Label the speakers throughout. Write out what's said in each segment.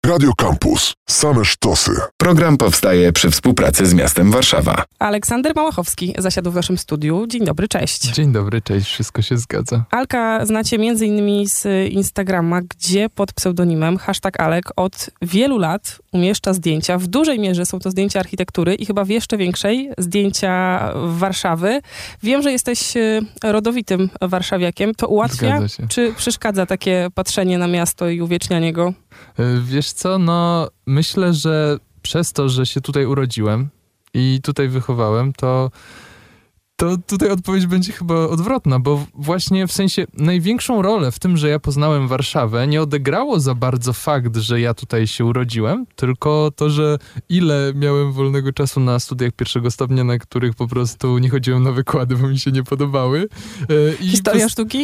Speaker 1: Radio Campus. Same sztosy.
Speaker 2: Program powstaje przy współpracy z miastem Warszawa.
Speaker 3: Aleksander Małachowski zasiadł w naszym studiu. Dzień dobry, cześć.
Speaker 4: Dzień dobry, cześć, wszystko się zgadza.
Speaker 3: Alka znacie m.in. z Instagrama, gdzie pod pseudonimem #Alek od wielu lat umieszcza zdjęcia. W dużej mierze są to zdjęcia architektury i chyba w jeszcze większej zdjęcia Warszawy. Wiem, że jesteś rodowitym warszawiakiem. To ułatwia, czy przeszkadza takie patrzenie na miasto i uwiecznianie go?
Speaker 4: Wiesz co, myślę, że przez to, że się tutaj urodziłem i tutaj wychowałem, to tutaj odpowiedź będzie chyba odwrotna, bo właśnie w sensie największą rolę w tym, że ja poznałem Warszawę, nie odegrało za bardzo fakt, że ja tutaj się urodziłem, tylko to, że ile miałem wolnego czasu na studiach pierwszego stopnia, na których po prostu nie chodziłem na wykłady, bo mi się nie podobały.
Speaker 3: Historia sztuki?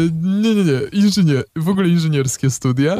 Speaker 4: Nie. W ogóle inżynierskie studia.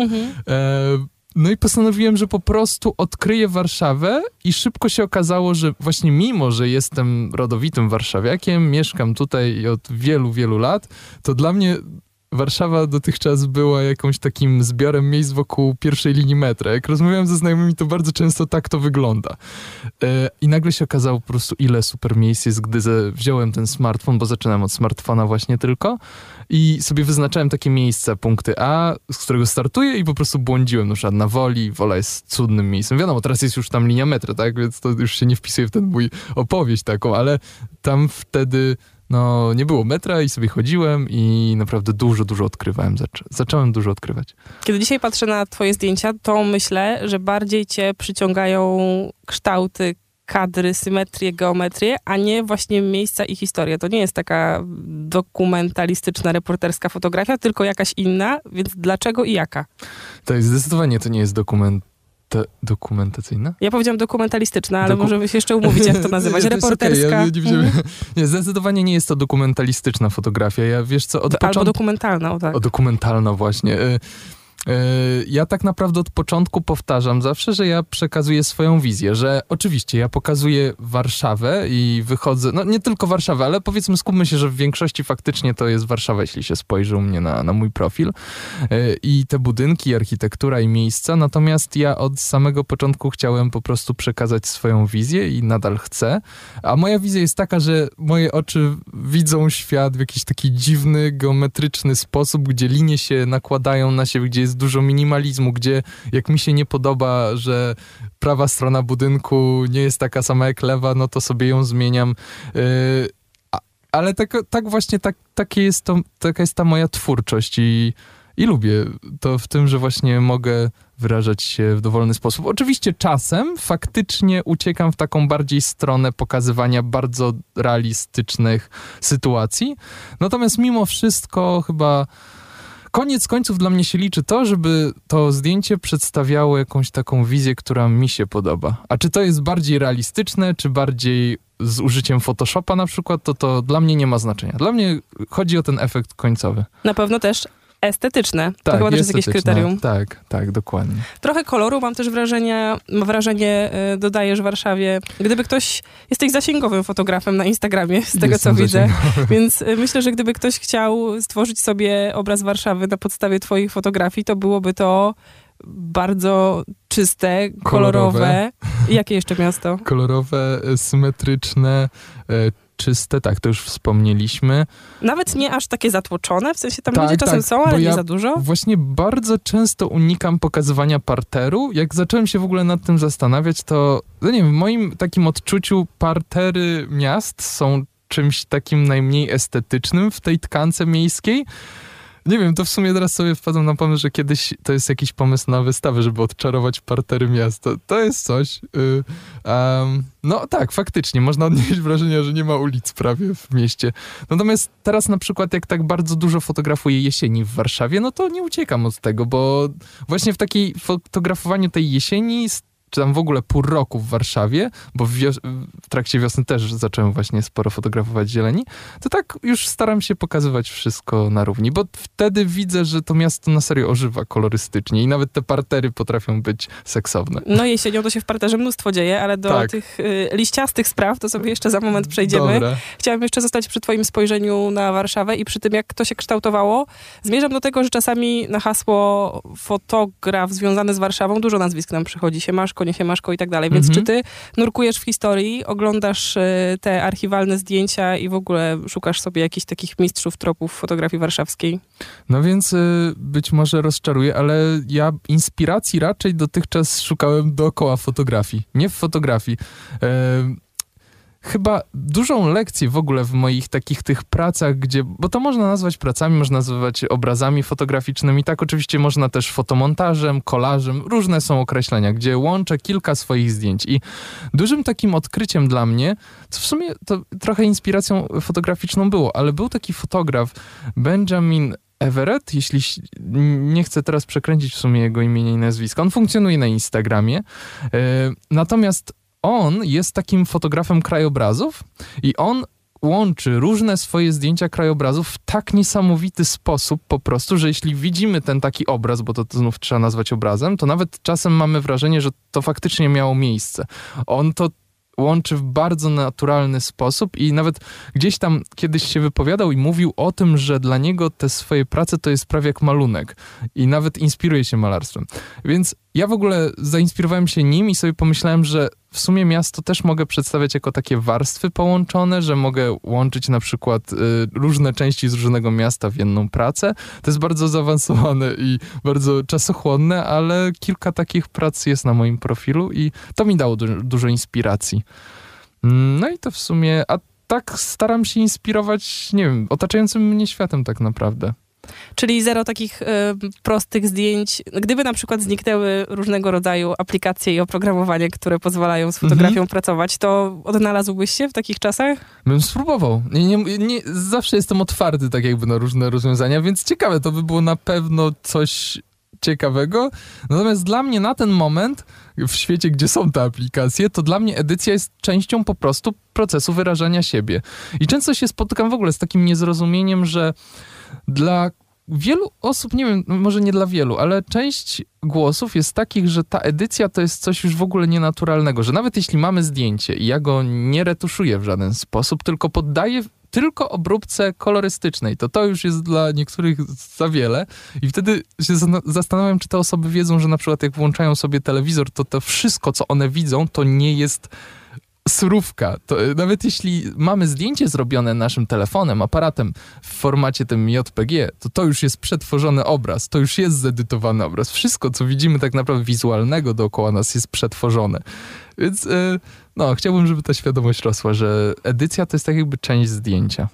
Speaker 4: No i postanowiłem, że po prostu odkryję Warszawę i szybko się okazało, że właśnie mimo, że jestem rodowitym warszawiakiem, mieszkam tutaj od wielu, wielu lat, to dla mnie Warszawa dotychczas była jakimś takim zbiorem miejsc wokół pierwszej linii metra. Jak rozmawiałem ze znajomymi, to bardzo często tak to wygląda. I nagle się okazało po prostu, ile super miejsc jest, gdy wziąłem ten smartfon, bo zaczynałem od smartfona właśnie tylko i sobie wyznaczałem takie miejsca, punkty A, z którego startuję i po prostu błądziłem. Na przykład na Woli, Wola jest cudnym miejscem. Wiadomo, teraz jest już tam linia metra, tak? Więc to już się nie wpisuje w ten mój opowieść taką, ale tam wtedy nie było metra i sobie chodziłem i naprawdę dużo odkrywałem. Zacząłem dużo odkrywać.
Speaker 3: Kiedy dzisiaj patrzę na twoje zdjęcia, to myślę, że bardziej cię przyciągają kształty, kadry, symetrię, geometrię, a nie właśnie miejsca i historię. To nie jest taka dokumentalistyczna, reporterska fotografia, tylko jakaś inna, więc dlaczego i jaka?
Speaker 4: To jest zdecydowanie, to nie jest dokumentacyjna?
Speaker 3: Ja powiedziałam dokumentalistyczna, ale możemy się jeszcze umówić, jak to nazywać. Reporterska.
Speaker 4: Okay. Nie, zdecydowanie nie jest to dokumentalistyczna fotografia. Ja, wiesz co,
Speaker 3: albo dokumentalna, o tak.
Speaker 4: Dokumentalna właśnie. Ja tak naprawdę od początku powtarzam zawsze, że ja przekazuję swoją wizję, że oczywiście ja pokazuję Warszawę i wychodzę, nie tylko Warszawę, ale powiedzmy skupmy się, że w większości faktycznie to jest Warszawa, jeśli się spojrzy u mnie na mój profil i te budynki, architektura i miejsca, natomiast ja od samego początku chciałem po prostu przekazać swoją wizję i nadal chcę, a moja wizja jest taka, że moje oczy widzą świat w jakiś taki dziwny, geometryczny sposób, gdzie linie się nakładają na siebie, gdzie jest dużo minimalizmu, gdzie jak mi się nie podoba, że prawa strona budynku nie jest taka sama jak lewa, to sobie ją zmieniam. Ale taka jest ta moja twórczość i lubię to w tym, że właśnie mogę wyrażać się w dowolny sposób. Oczywiście czasem faktycznie uciekam w taką bardziej stronę pokazywania bardzo realistycznych sytuacji. Natomiast mimo wszystko chyba koniec końców dla mnie się liczy to, żeby to zdjęcie przedstawiało jakąś taką wizję, która mi się podoba. A czy to jest bardziej realistyczne, czy bardziej z użyciem Photoshopa na przykład, to dla mnie nie ma znaczenia. Dla mnie chodzi o ten efekt końcowy.
Speaker 3: Na pewno też estetyczne.
Speaker 4: Tak,
Speaker 3: to chyba też jest jakieś kryterium.
Speaker 4: Tak, dokładnie.
Speaker 3: Trochę koloru mam też wrażenie, dodajesz w Warszawie. Gdyby ktoś, jesteś zasięgowym fotografem na Instagramie, z tego co widzę, więc myślę, że gdyby ktoś chciał stworzyć sobie obraz Warszawy na podstawie twoich fotografii, to byłoby to bardzo czyste, kolorowe. Jakie jeszcze miasto?
Speaker 4: Kolorowe, symetryczne, czyste, tak, to już wspomnieliśmy.
Speaker 3: Nawet nie aż takie zatłoczone, w sensie tam ludzie czasem są, ale nie za dużo.
Speaker 4: Właśnie bardzo często unikam pokazywania parteru. Jak zacząłem się w ogóle nad tym zastanawiać, to nie wiem, w moim takim odczuciu partery miast są czymś takim najmniej estetycznym w tej tkance miejskiej. Nie wiem, to w sumie teraz sobie wpadłem na pomysł, że kiedyś to jest jakiś pomysł na wystawę, żeby odczarować partery miasta. To jest coś. Tak, faktycznie, można odnieść wrażenie, że nie ma ulic prawie w mieście. Natomiast teraz na przykład, jak tak bardzo dużo fotografuję jesieni w Warszawie, to nie uciekam od tego, bo właśnie w takiej fotografowaniu tej jesieni czy tam w ogóle pół roku w Warszawie, bo w trakcie wiosny też zacząłem właśnie sporo fotografować zieleni, to tak już staram się pokazywać wszystko na równi, bo wtedy widzę, że to miasto na serio ożywa kolorystycznie i nawet te partery potrafią być seksowne.
Speaker 3: No jesienią to się w parterze mnóstwo dzieje, ale do tych liściastych spraw to sobie jeszcze za moment przejdziemy.
Speaker 4: Dobra.
Speaker 3: Chciałam jeszcze zostać przy twoim spojrzeniu na Warszawę i przy tym, jak to się kształtowało. Zmierzam do tego, że czasami na hasło fotograf związany z Warszawą dużo nazwisk nam przychodzi. Siemaszko, nie Siemaszko i tak dalej. Więc czy ty nurkujesz w historii, oglądasz te archiwalne zdjęcia i w ogóle szukasz sobie jakichś takich mistrzów tropów fotografii warszawskiej?
Speaker 4: No więc być może rozczaruję, ale ja inspiracji raczej dotychczas szukałem dookoła fotografii, nie w fotografii. Chyba dużą lekcję w ogóle w moich takich tych pracach, bo to można nazwać pracami, można nazwać obrazami fotograficznymi, tak oczywiście można też fotomontażem, kolażem, różne są określenia, gdzie łączę kilka swoich zdjęć i dużym takim odkryciem dla mnie, co w sumie to trochę inspiracją fotograficzną było, ale był taki fotograf Benjamin Everett, jeśli nie chcę teraz przekręcić w sumie jego imienia i nazwiska, on funkcjonuje na Instagramie, natomiast on jest takim fotografem krajobrazów i on łączy różne swoje zdjęcia krajobrazów w tak niesamowity sposób po prostu, że jeśli widzimy ten taki obraz, bo to znów trzeba nazwać obrazem, to nawet czasem mamy wrażenie, że to faktycznie miało miejsce. On to łączy w bardzo naturalny sposób i nawet gdzieś tam kiedyś się wypowiadał i mówił o tym, że dla niego te swoje prace to jest prawie jak malunek i nawet inspiruje się malarstwem. Więc ja w ogóle zainspirowałem się nim i sobie pomyślałem, że w sumie miasto też mogę przedstawiać jako takie warstwy połączone, że mogę łączyć na przykład różne części z różnego miasta w jedną pracę. To jest bardzo zaawansowane i bardzo czasochłonne, ale kilka takich prac jest na moim profilu i to mi dało dużo inspiracji. No i to w sumie, a tak staram się inspirować, nie wiem, otaczającym mnie światem tak naprawdę.
Speaker 3: Czyli zero takich prostych zdjęć. Gdyby na przykład zniknęły różnego rodzaju aplikacje i oprogramowanie, które pozwalają z fotografią pracować, to odnalazłbyś się w takich czasach?
Speaker 4: Bym spróbował. Nie, zawsze jestem otwarty tak jakby na różne rozwiązania, więc ciekawe, to by było na pewno coś ciekawego. Natomiast dla mnie na ten moment, w świecie, gdzie są te aplikacje, to dla mnie edycja jest częścią po prostu procesu wyrażania siebie. I często się spotykam w ogóle z takim niezrozumieniem, że dla wielu osób, nie wiem, może nie dla wielu, ale część głosów jest takich, że ta edycja to jest coś już w ogóle nienaturalnego, że nawet jeśli mamy zdjęcie i ja go nie retuszuję w żaden sposób, tylko poddaję tylko obróbce kolorystycznej, to już jest dla niektórych za wiele i wtedy się zastanawiam, czy te osoby wiedzą, że na przykład jak włączają sobie telewizor, to wszystko, co one widzą, to nie jest surówka. To nawet jeśli mamy zdjęcie zrobione naszym telefonem, aparatem w formacie tym JPG, to już jest przetworzony obraz, to już jest zedytowany obraz. Wszystko, co widzimy tak naprawdę wizualnego dookoła nas jest przetworzone. Więc chciałbym, żeby ta świadomość rosła, że edycja to jest tak jakby część zdjęcia.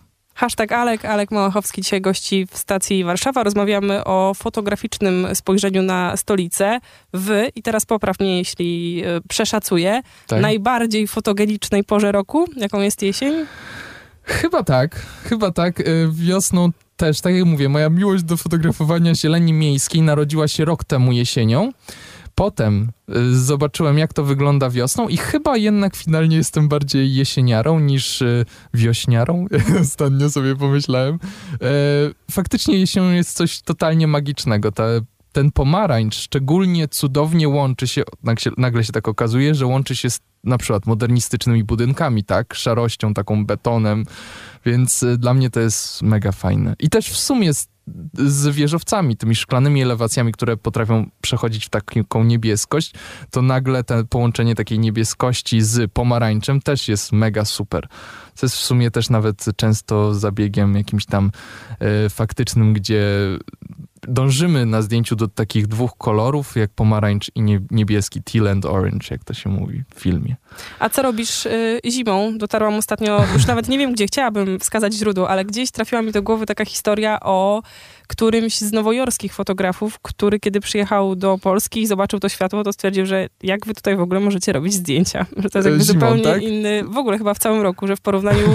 Speaker 3: Alek Małachowski dzisiaj gości w stacji Warszawa. Rozmawiamy o fotograficznym spojrzeniu na stolicę i teraz popraw mnie, jeśli przeszacuję, najbardziej fotogenicznej porze roku, jaką jest jesień?
Speaker 4: Chyba tak. Wiosną też, tak jak mówię, moja miłość do fotografowania zieleni miejskiej narodziła się rok temu jesienią. Potem zobaczyłem, jak to wygląda wiosną i chyba jednak finalnie jestem bardziej jesieniarą niż wiośniarą. Ostatnio sobie pomyślałem. Faktycznie jesienią jest coś totalnie magicznego. Ten pomarańcz szczególnie cudownie łączy się, nagle się tak okazuje, że łączy się z na przykład modernistycznymi budynkami, tak? Szarością, taką betonem, więc dla mnie to jest mega fajne. I też w sumie z wieżowcami, tymi szklanymi elewacjami, które potrafią przechodzić w taką niebieskość, to nagle to połączenie takiej niebieskości z pomarańczem też jest mega super. To jest w sumie też nawet często zabiegiem jakimś tam faktycznym, gdzie dążymy na zdjęciu do takich dwóch kolorów, jak pomarańcz i niebieski, teal and orange, jak to się mówi w filmie.
Speaker 3: A co robisz zimą? Dotarłam ostatnio, już nawet nie wiem gdzie, chciałabym wskazać źródło, ale gdzieś trafiła mi do głowy taka historia o którymś z nowojorskich fotografów, który kiedy przyjechał do Polski i zobaczył to światło, to stwierdził, że jak wy tutaj w ogóle możecie robić zdjęcia? Że to jest jakby
Speaker 4: zimą,
Speaker 3: zupełnie
Speaker 4: tak?
Speaker 3: inny, w ogóle chyba w całym roku, że w porównaniu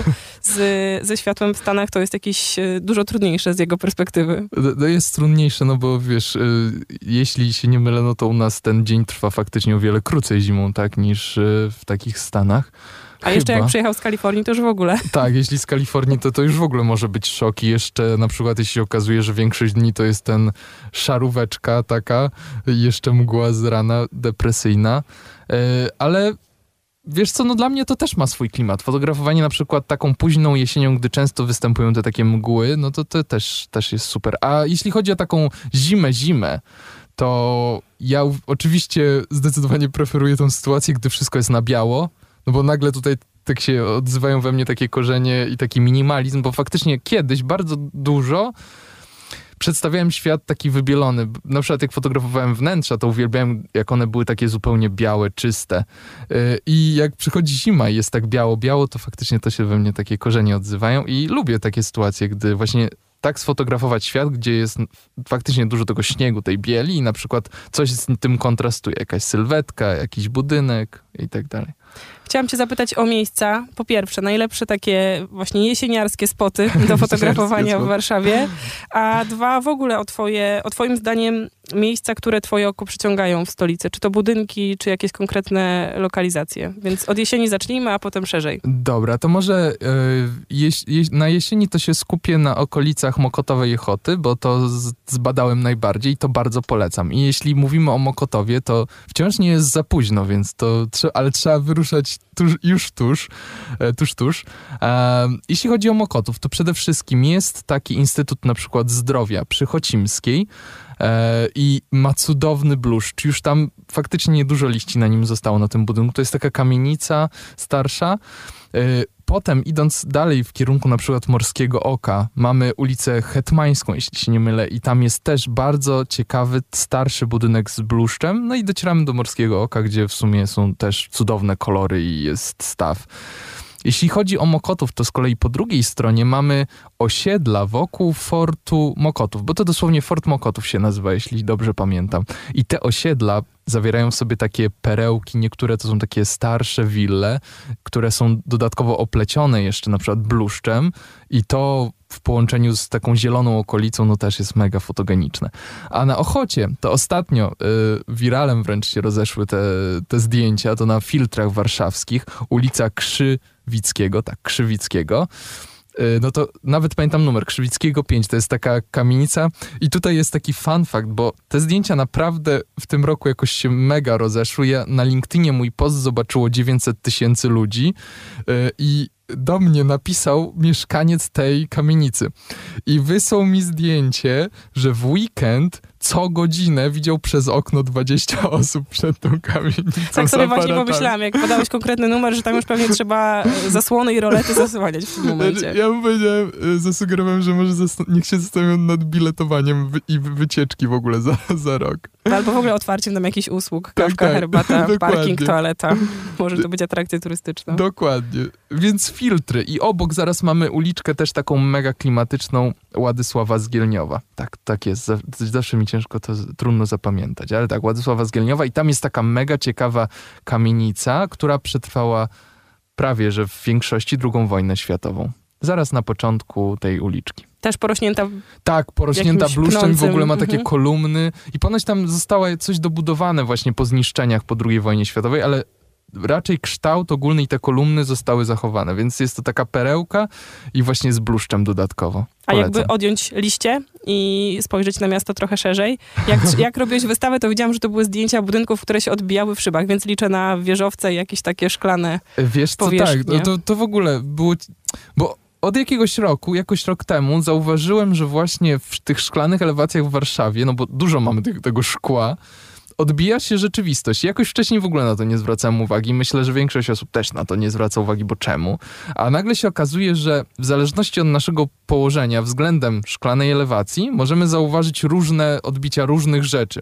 Speaker 3: ze światłem w Stanach to jest jakieś dużo trudniejsze z jego perspektywy.
Speaker 4: To jest trudniejsze, no bo wiesz, jeśli się nie mylę, no to u nas ten dzień trwa faktycznie o wiele krócej zimą, tak, niż w takich Stanach.
Speaker 3: A jeszcze jak przyjechał z Kalifornii, to już w ogóle.
Speaker 4: Tak, jeśli z Kalifornii, to już w ogóle może być szok. I jeszcze na przykład jeśli się okazuje, że większość dni to jest ten szaróweczka taka, jeszcze mgła z rana, depresyjna. Ale wiesz co, no dla mnie to też ma swój klimat. Fotografowanie na przykład taką późną jesienią, gdy często występują te takie mgły, no to też jest super. A jeśli chodzi o taką zimę, to ja oczywiście zdecydowanie preferuję tą sytuację, gdy wszystko jest na biało, no bo nagle tutaj tak się odzywają we mnie takie korzenie i taki minimalizm, bo faktycznie kiedyś bardzo dużo przedstawiałem świat taki wybielony. Na przykład jak fotografowałem wnętrza, to uwielbiałem, jak one były takie zupełnie białe, czyste. I jak przychodzi zima i jest tak biało, to faktycznie to się we mnie takie korzenie odzywają i lubię takie sytuacje, gdy właśnie tak sfotografować świat, gdzie jest faktycznie dużo tego śniegu, tej bieli i na przykład coś z tym kontrastuje. Jakaś sylwetka, jakiś budynek i tak dalej.
Speaker 3: Chciałam cię zapytać o miejsca. Po pierwsze, najlepsze takie właśnie jesieniarskie spoty do fotografowania w Warszawie, a dwa w ogóle o twoim zdaniem miejsca, które twoje oko przyciągają w stolicy. Czy to budynki, czy jakieś konkretne lokalizacje. Więc od jesieni zacznijmy, a potem szerzej.
Speaker 4: Dobra, to może na jesieni to się skupię na okolicach Mokotowej i Ochoty, bo to zbadałem najbardziej i to bardzo polecam. I jeśli mówimy o Mokotowie, to wciąż nie jest za późno, więc ale trzeba wyruszać tuż. Jeśli chodzi o Mokotów, to przede wszystkim jest taki Instytut na przykład Zdrowia przy Chocimskiej i ma cudowny bluszcz. Już tam faktycznie niedużo liści na nim zostało na tym budynku. To jest taka kamienica starsza. Potem idąc dalej w kierunku na przykład Morskiego Oka, mamy ulicę Hetmańską, jeśli się nie mylę, i tam jest też bardzo ciekawy, starszy budynek z bluszczem. No i docieramy do Morskiego Oka, gdzie w sumie są też cudowne kolory i jest staw. Jeśli chodzi o Mokotów, to z kolei po drugiej stronie mamy osiedla wokół Fortu Mokotów, bo to dosłownie Fort Mokotów się nazywa, jeśli dobrze pamiętam. I te osiedla zawierają w sobie takie perełki, niektóre to są takie starsze wille, które są dodatkowo oplecione jeszcze na przykład bluszczem i to w połączeniu z taką zieloną okolicą, no też jest mega fotogeniczne. A na Ochocie, to ostatnio wiralem wręcz się rozeszły te zdjęcia, to na filtrach warszawskich, ulica Krzywickiego, no to nawet pamiętam numer, Krzywickiego 5, to jest taka kamienica i tutaj jest taki fun fact, bo te zdjęcia naprawdę w tym roku jakoś się mega rozeszły. Ja na LinkedInie mój post zobaczyło 900 000 ludzi i do mnie napisał mieszkaniec tej kamienicy i wysłał mi zdjęcie, że w weekend co godzinę widział przez okno 20 osób przed tą kamienicą.
Speaker 3: Tak sobie właśnie pomyślałam, jak podałeś konkretny numer, że tam już pewnie trzeba zasłony i rolety zasłaniać w tym momencie.
Speaker 4: Ja mu powiedziałem, zasugerowałem, że może niech się zastanawią nad biletowaniem i wycieczki w ogóle za rok.
Speaker 3: Albo w ogóle otwarciem tam jakichś usług, kawka, herbata, parking, toaleta. Może to być atrakcja turystyczna.
Speaker 4: Dokładnie. Więc filtry i obok zaraz mamy uliczkę też taką mega klimatyczną Władysława Zgielniowa. Tak jest. Zawsze mi ciężko to trudno zapamiętać, ale tak, Władysława Zgielniowa i tam jest taka mega ciekawa kamienica, która przetrwała prawie, że w większości II wojnę światową. Zaraz na początku tej uliczki.
Speaker 3: Też porośnięta.
Speaker 4: Tak, porośnięta bluszczem i w ogóle ma takie kolumny i ponoć tam zostało coś dobudowane właśnie po zniszczeniach po II wojnie światowej, ale raczej kształt ogólny i te kolumny zostały zachowane, więc jest to taka perełka i właśnie z bluszczem dodatkowo.
Speaker 3: A jakby odjąć liście i spojrzeć na miasto trochę szerzej, jak robiłeś wystawę, to widziałam, że to były zdjęcia budynków, które się odbijały w szybach, więc liczę na wieżowce i jakieś takie szklane
Speaker 4: Wiesz co,
Speaker 3: powierzchnie.
Speaker 4: tak, to w ogóle było... Bo od jakiegoś roku, jakoś rok temu zauważyłem, że właśnie w tych szklanych elewacjach w Warszawie, no bo dużo mamy tego szkła, odbija się rzeczywistość. Jakoś wcześniej w ogóle na to nie zwracałem uwagi. Myślę, że większość osób też na to nie zwraca uwagi, bo czemu? A nagle się okazuje, że w zależności od naszego położenia względem szklanej elewacji możemy zauważyć różne odbicia różnych rzeczy.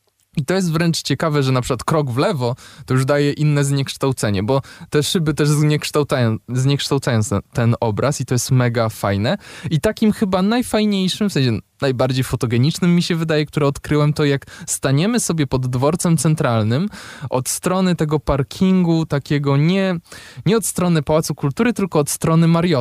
Speaker 4: I to jest wręcz ciekawe, że na przykład krok w lewo to już daje inne zniekształcenie, bo te szyby też zniekształcają ten obraz i to jest mega fajne. I takim chyba najfajniejszym, w sensie najbardziej fotogenicznym mi się wydaje, które odkryłem, to jak staniemy sobie pod dworcem centralnym od strony tego parkingu takiego nie od strony Pałacu Kultury, tylko od strony Mariota.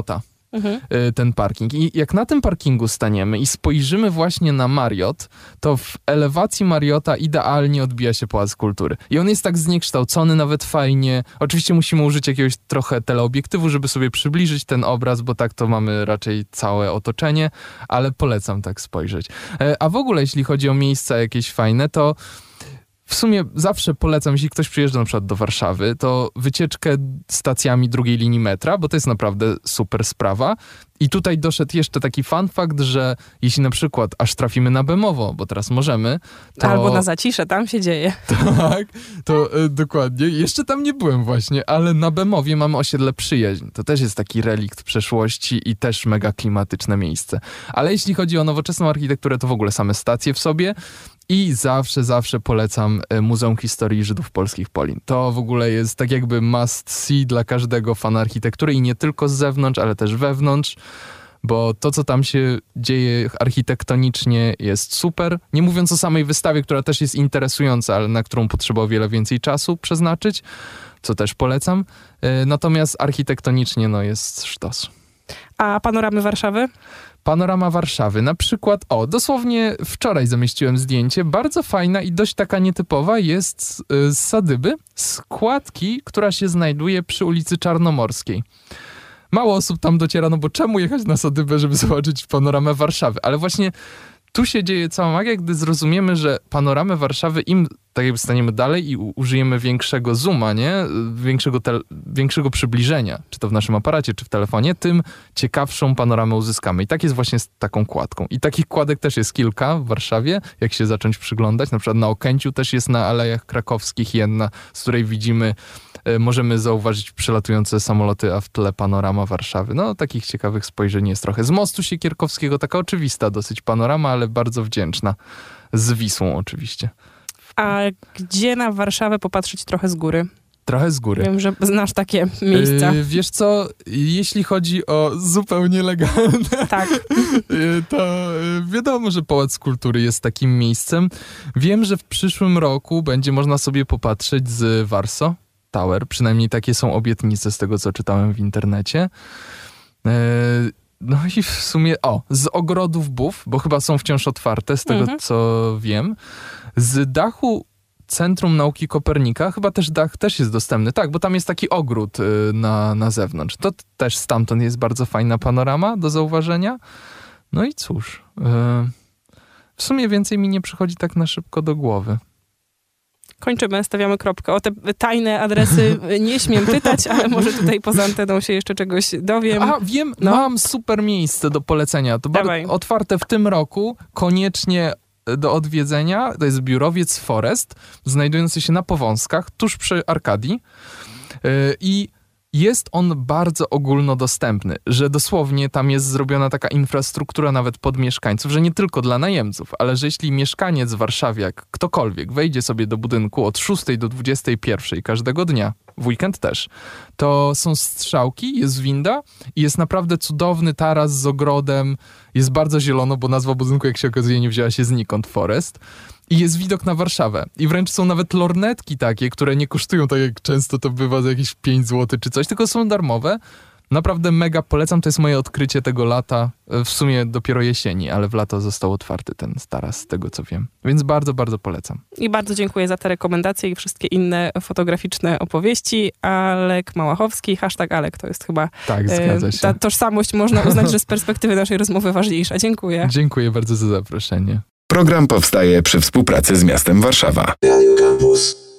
Speaker 4: ten parking. I jak na tym parkingu staniemy i spojrzymy właśnie na Marriott, to w elewacji Marriotta idealnie odbija się Pałac Kultury. I on jest tak zniekształcony nawet fajnie. Oczywiście musimy użyć jakiegoś trochę teleobiektywu, żeby sobie przybliżyć ten obraz, bo tak to mamy raczej całe otoczenie, ale polecam tak spojrzeć. A w ogóle, jeśli chodzi o miejsca jakieś fajne, to w sumie zawsze polecam, jeśli ktoś przyjeżdża na przykład do Warszawy, to wycieczkę stacjami drugiej linii metra, bo to jest naprawdę super sprawa. I tutaj doszedł jeszcze taki fun fact, że jeśli na przykład aż trafimy na Bemowo, bo teraz możemy, to...
Speaker 3: Albo na Zacisze, tam się dzieje.
Speaker 4: Tak, to dokładnie. Jeszcze tam nie byłem właśnie, ale na Bemowie mamy osiedle Przyjaźń. To też jest taki relikt przeszłości i też mega klimatyczne miejsce. Ale jeśli chodzi o nowoczesną architekturę, to w ogóle same stacje w sobie. I zawsze polecam Muzeum Historii Żydów Polskich Polin. To w ogóle jest tak jakby must see dla każdego fana architektury i nie tylko z zewnątrz, ale też wewnątrz, bo to, co tam się dzieje architektonicznie jest super. Nie mówiąc o samej wystawie, która też jest interesująca, ale na którą potrzeba o wiele więcej czasu przeznaczyć, co też polecam. Natomiast architektonicznie jest sztos.
Speaker 3: A panoramy Warszawy?
Speaker 4: Panorama Warszawy. Na przykład, dosłownie wczoraj zamieściłem zdjęcie, bardzo fajna i dość taka nietypowa jest z Sadyby, z kładki, która się znajduje przy ulicy Czarnomorskiej. Mało osób tam dociera, bo czemu jechać na Sadybę, żeby zobaczyć panoramę Warszawy? Ale właśnie tu się dzieje cała magia, gdy zrozumiemy, że panoramę Warszawy tak jakby staniemy dalej i użyjemy większego zooma, nie? Większego przybliżenia, czy to w naszym aparacie, czy w telefonie, tym ciekawszą panoramę uzyskamy. I tak jest właśnie z taką kładką. I takich kładek też jest kilka w Warszawie, jak się zacząć przyglądać. Na przykład na Okęciu też jest na Alejach Krakowskich jedna, z której możemy zauważyć przelatujące samoloty, a w tle panorama Warszawy. Takich ciekawych spojrzeń jest trochę. Z Mostu Siekierkowskiego taka oczywista dosyć panorama, ale bardzo wdzięczna. Z Wisłą oczywiście.
Speaker 3: A gdzie na Warszawę popatrzeć trochę z góry?
Speaker 4: Trochę z góry.
Speaker 3: Wiem, że znasz takie miejsca.
Speaker 4: Wiesz co, jeśli chodzi o zupełnie legalne,
Speaker 3: tak.
Speaker 4: To wiadomo, że Pałac Kultury jest takim miejscem. Wiem, że w przyszłym roku będzie można sobie popatrzeć z Warsaw Tower. Przynajmniej takie są obietnice z tego, co czytałem w internecie. I w sumie, z ogrodów Bów, bo chyba są wciąż otwarte, z tego co wiem. Z dachu Centrum Nauki Kopernika, chyba też dach też jest dostępny. Tak, bo tam jest taki ogród na zewnątrz. To też stamtąd jest bardzo fajna panorama do zauważenia. No i cóż, w sumie więcej mi nie przychodzi tak na szybko do głowy.
Speaker 3: Kończymy, stawiamy kropkę. O te tajne adresy nie śmiem pytać, ale może tutaj poza anteną się jeszcze czegoś dowiem.
Speaker 4: Wiem, mam super miejsce do polecenia. To bardzo otwarte w tym roku, koniecznie do odwiedzenia. To jest biurowiec Forest, znajdujący się na Powązkach, tuż przy Arkadii. I jest on bardzo ogólnodostępny, że dosłownie tam jest zrobiona taka infrastruktura nawet pod mieszkańców, że nie tylko dla najemców, ale że jeśli mieszkaniec warszawiak, ktokolwiek wejdzie sobie do budynku od 6 do 21 każdego dnia, w weekend też, to są strzałki, jest winda i jest naprawdę cudowny taras z ogrodem, jest bardzo zielono, bo nazwa budynku, jak się okazuje, nie wzięła się znikąd, Forest. I jest widok na Warszawę. I wręcz są nawet lornetki takie, które nie kosztują tak jak często to bywa za jakieś 5 zł czy coś, tylko są darmowe. Naprawdę mega polecam, to jest moje odkrycie tego lata. W sumie dopiero jesieni, ale w lato został otwarty ten taras, z tego co wiem. Więc bardzo, bardzo polecam.
Speaker 3: I bardzo dziękuję za te rekomendacje i wszystkie inne fotograficzne opowieści. Alek Małachowski, #Alek, to jest chyba
Speaker 4: zgadza się.
Speaker 3: Ta tożsamość można uznać, że z perspektywy naszej rozmowy ważniejsza. Dziękuję.
Speaker 4: Dziękuję bardzo za zaproszenie.
Speaker 2: Program powstaje przy współpracy z miastem Warszawa.
Speaker 1: Radio Campus.